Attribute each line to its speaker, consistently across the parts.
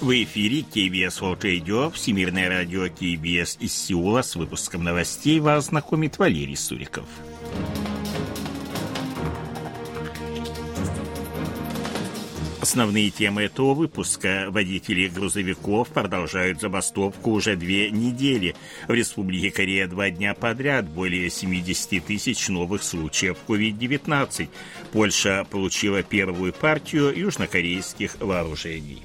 Speaker 1: В эфире KBS World Radio, Всемирное радио KBS из Сеула. С выпуском новостей вас знакомит Валерий Суриков. Основные темы этого выпуска. Водители грузовиков продолжают забастовку уже 2 недели. В Республике Корея 2 дня подряд более 70 тысяч новых случаев COVID-19. Польша получила первую партию южнокорейских вооружений.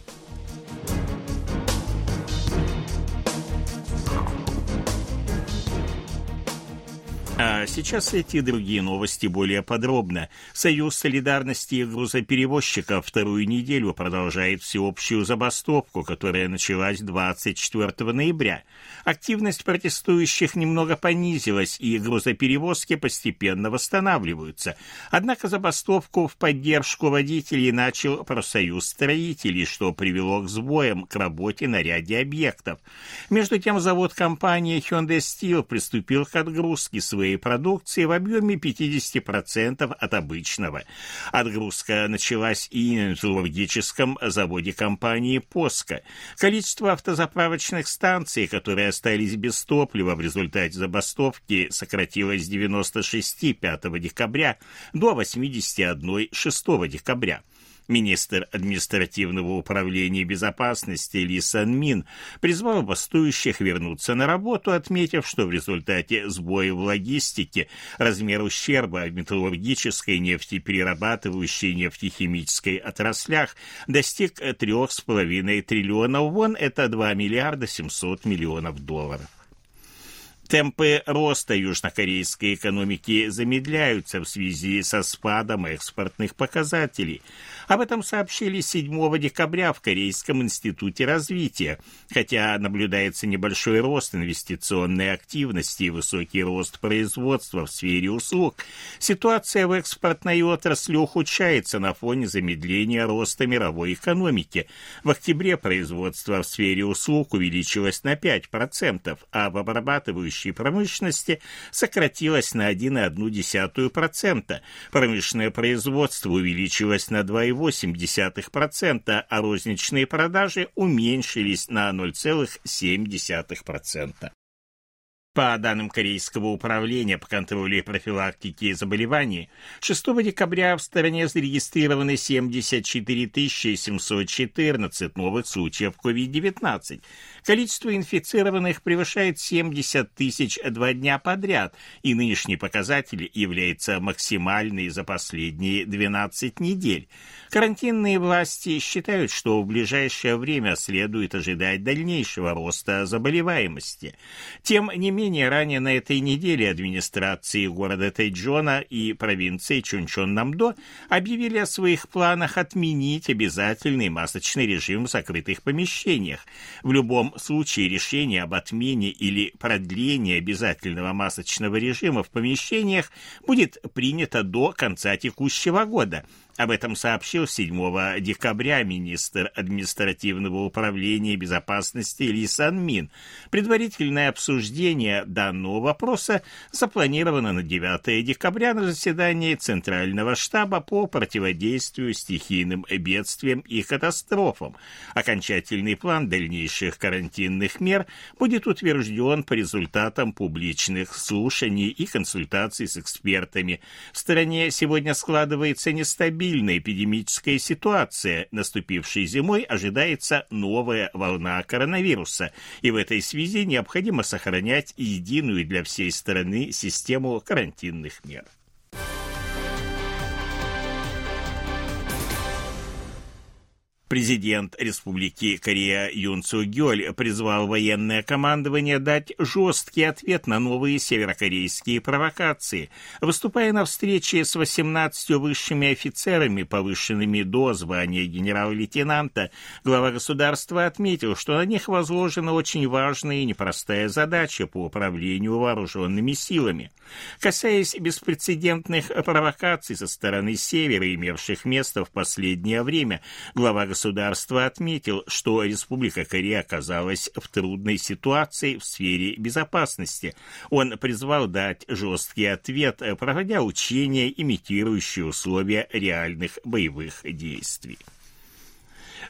Speaker 1: А сейчас эти и другие новости более подробно. Союз солидарности и грузоперевозчиков 2-ю неделю продолжает всеобщую забастовку, которая началась 24 ноября. Активность протестующих немного понизилась, и грузоперевозки постепенно восстанавливаются. Однако забастовку в поддержку водителей начал профсоюз строителей, что привело к сбоям к работе на ряде объектов. Между тем, завод компании Hyundai Steel приступил к отгрузке своей продукции в объеме 50% от обычного. Отгрузка началась и на металлургическом заводе компании «Поско». Количество автозаправочных станций, которые остались без топлива в результате забастовки, сократилось с 96 5 декабря до 81 6 декабря. Министр административного управления и безопасности Ли Сан-мин призвал бастующих вернуться на работу, отметив, что в результате сбоя в логистике размер ущерба в металлургической, нефтеперерабатывающей и нефтехимической отраслях достиг 3,5 триллионов вон, это 2 миллиарда 700 миллионов долларов. Темпы роста южнокорейской экономики замедляются в связи со спадом экспортных показателей. Об этом сообщили 7 декабря в Корейском институте развития. Хотя наблюдается небольшой рост инвестиционной активности и высокий рост производства в сфере услуг, ситуация в экспортной отрасли ухудшается на фоне замедления роста мировой экономики. В октябре производство в сфере услуг увеличилось на 5%, а в обрабатывающей промышленности сократилось на 1,1%. Промышленное производство увеличилось на 2,8%, а розничные продажи уменьшились на 0,7%. По данным Корейского управления по контролю и профилактике заболеваний, 6 декабря в стране зарегистрированы 74 714 новых случаев COVID-19. Количество инфицированных превышает 70 тысяч 2 дня подряд, и нынешний показатель является максимальный за последние 12 недель. Карантинные власти считают, что в ближайшее время следует ожидать дальнейшего роста заболеваемости. Тем не менее, ранее на этой неделе администрации города Тэджона и провинции Чунчон-Намдо объявили о своих планах отменить обязательный масочный режим в закрытых помещениях. В любом случае решение об отмене или продлении обязательного масочного режима в помещениях будет принято до конца текущего года. Об этом сообщил 7 декабря министр административного управления и безопасности Ли Сан-мин. Предварительное обсуждение данного вопроса запланировано на 9 декабря на заседании Центрального штаба по противодействию стихийным бедствиям и катастрофам. Окончательный план дальнейших карантинных мер будет утвержден по результатам публичных слушаний и консультаций с экспертами. В стране сегодня складывается нестабильная эпидемическая ситуация. Наступившей зимой ожидается новая волна коронавируса, и в этой связи необходимо сохранять единую для всей страны систему карантинных мер. Президент Республики Корея Юн Су-гёль призвал военное командование дать жесткий ответ на новые северокорейские провокации. Выступая на встрече с 18 высшими офицерами, повышенными до звания генерал-лейтенанта, глава государства отметил, что на них возложена очень важная и непростая задача по управлению вооруженными силами. Касаясь беспрецедентных провокаций со стороны севера, имевших место в последнее время, глава государства отметил, что Республика Корея оказалась в трудной ситуации в сфере безопасности. Он призвал дать жесткий ответ, проводя учения, имитирующие условия реальных боевых действий.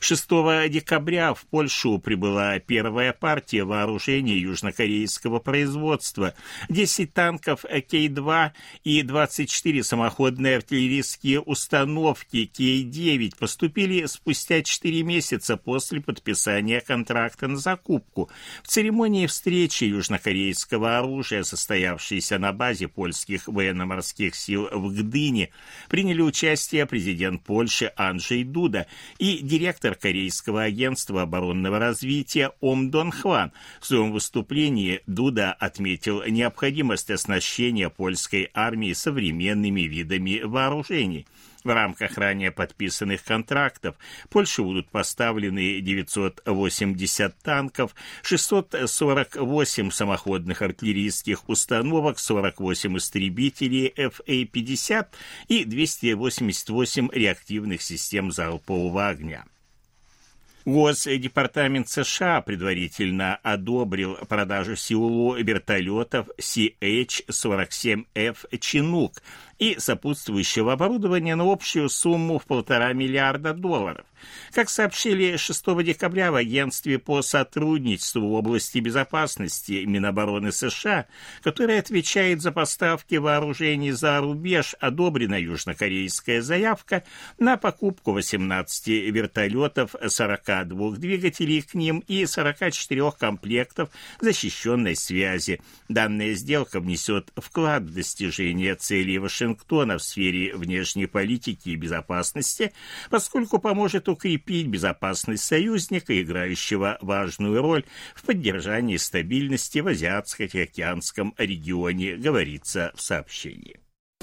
Speaker 1: 6 декабря в Польшу прибыла первая партия вооружений южнокорейского производства. 10 танков К-2 и 24 самоходные артиллерийские установки К-9 поступили спустя 4 месяца после подписания контракта на закупку. В церемонии встречи южнокорейского оружия, состоявшейся на базе польских военно-морских сил в Гдыне, приняли участие президент Польши Анджей Дуда и директор Корейского агентства оборонного развития Ом Дон Хван. В своем выступлении Дуда отметил необходимость оснащения польской армии современными видами вооружений. В рамках ранее подписанных контрактов Польше будут поставлены 980 танков, 648 самоходных артиллерийских установок, 48 истребителей Фа-50 и 288 реактивных систем залпового огня. Госдепартамент США предварительно одобрил продажу Сеулу вертолетов CH-47F «Чинук» и сопутствующего оборудования на общую сумму в $1,5 миллиарда. Как сообщили 6 декабря в Агентстве по сотрудничеству в области безопасности Минобороны США, которое отвечает за поставки вооружений за рубеж, одобрена южнокорейская заявка на покупку 18 вертолетов, 42 двигателей к ним и 44 комплектов защищенной связи. Данная сделка внесет вклад в достижение целей Вашингтона в сфере внешней политики и безопасности, поскольку поможет укрепить безопасность союзника, играющего важную роль в поддержании стабильности в Азиатско-Тихоокеанском регионе, говорится в сообщении.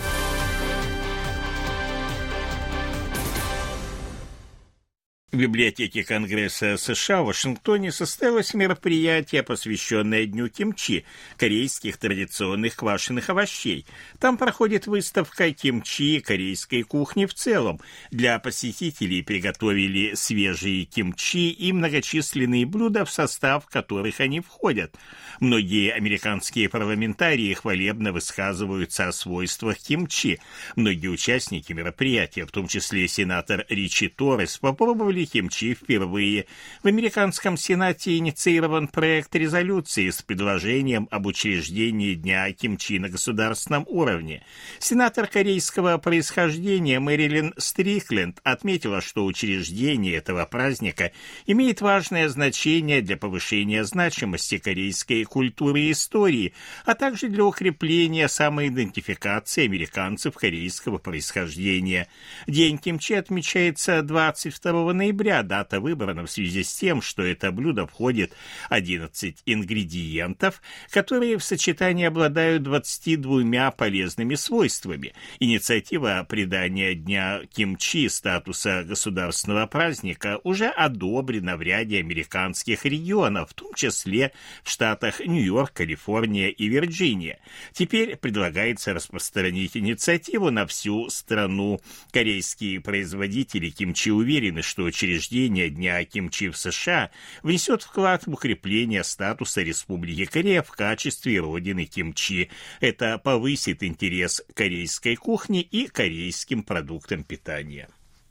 Speaker 1: В библиотеке Конгресса США в Вашингтоне состоялось мероприятие, посвященное Дню кимчи, корейских традиционных квашеных овощей. Там проходит выставка кимчи корейской кухни в целом. Для посетителей приготовили свежие кимчи и многочисленные блюда, в состав которых они входят. Многие американские парламентарии хвалебно высказываются о свойствах кимчи. Многие участники мероприятия, в том числе сенатор Ричи Торрес, попробовали кимчи впервые. В американском Сенате инициирован проект резолюции с предложением об учреждении Дня кимчи на государственном уровне. Сенатор корейского происхождения Мэрилин Стрикленд отметила, что учреждение этого праздника имеет важное значение для повышения значимости корейской культуры и истории, а также для укрепления самоидентификации американцев корейского происхождения. День кимчи отмечается 22 ноября. Дата выбрана в связи с тем, что это блюдо входит 11 ингредиентов, которые в сочетании обладают 22 полезными свойствами. Инициатива придания Дня кимчи статуса государственного праздника уже одобрена в ряде американских регионов, в том числе в штатах Нью-Йорк, Калифорния и Вирджиния. Теперь предлагается распространить инициативу на всю страну. Корейские производители кимчи уверены, что учреждение Дня кимчи в США внесет вклад в укрепление статуса Республики Корея в качестве родины кимчи. Это повысит интерес к корейской кухне и корейским продуктам питания.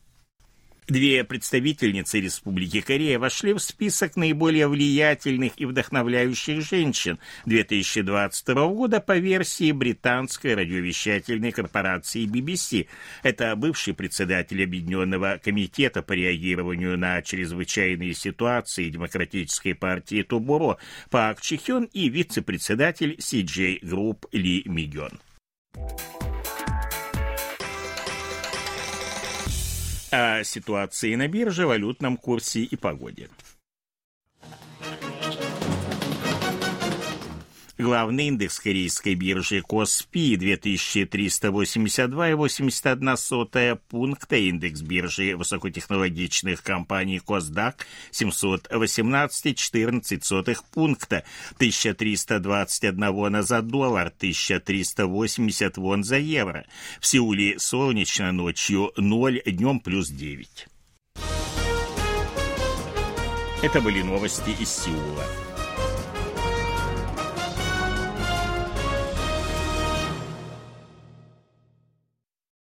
Speaker 1: 2 представительницы Республики Корея вошли в список наиболее влиятельных и вдохновляющих женщин 2022 года по версии британской радиовещательной корпорации BBC. Это бывший председатель Объединенного комитета по реагированию на чрезвычайные ситуации Демократической партии Тубуро Пак Чи Хён и вице-председатель CJ Group Ли Мигён. О ситуации на бирже, валютном курсе и погоде. Главный индекс корейской биржи Коспи 2382,81 пункта, индекс биржи высокотехнологичных компаний Косдак 718,14 пункта, 1321 вона за доллар, 1380 вон за евро. В Сеуле солнечно, ночью 0, днем плюс 9. Это были новости из Сеула.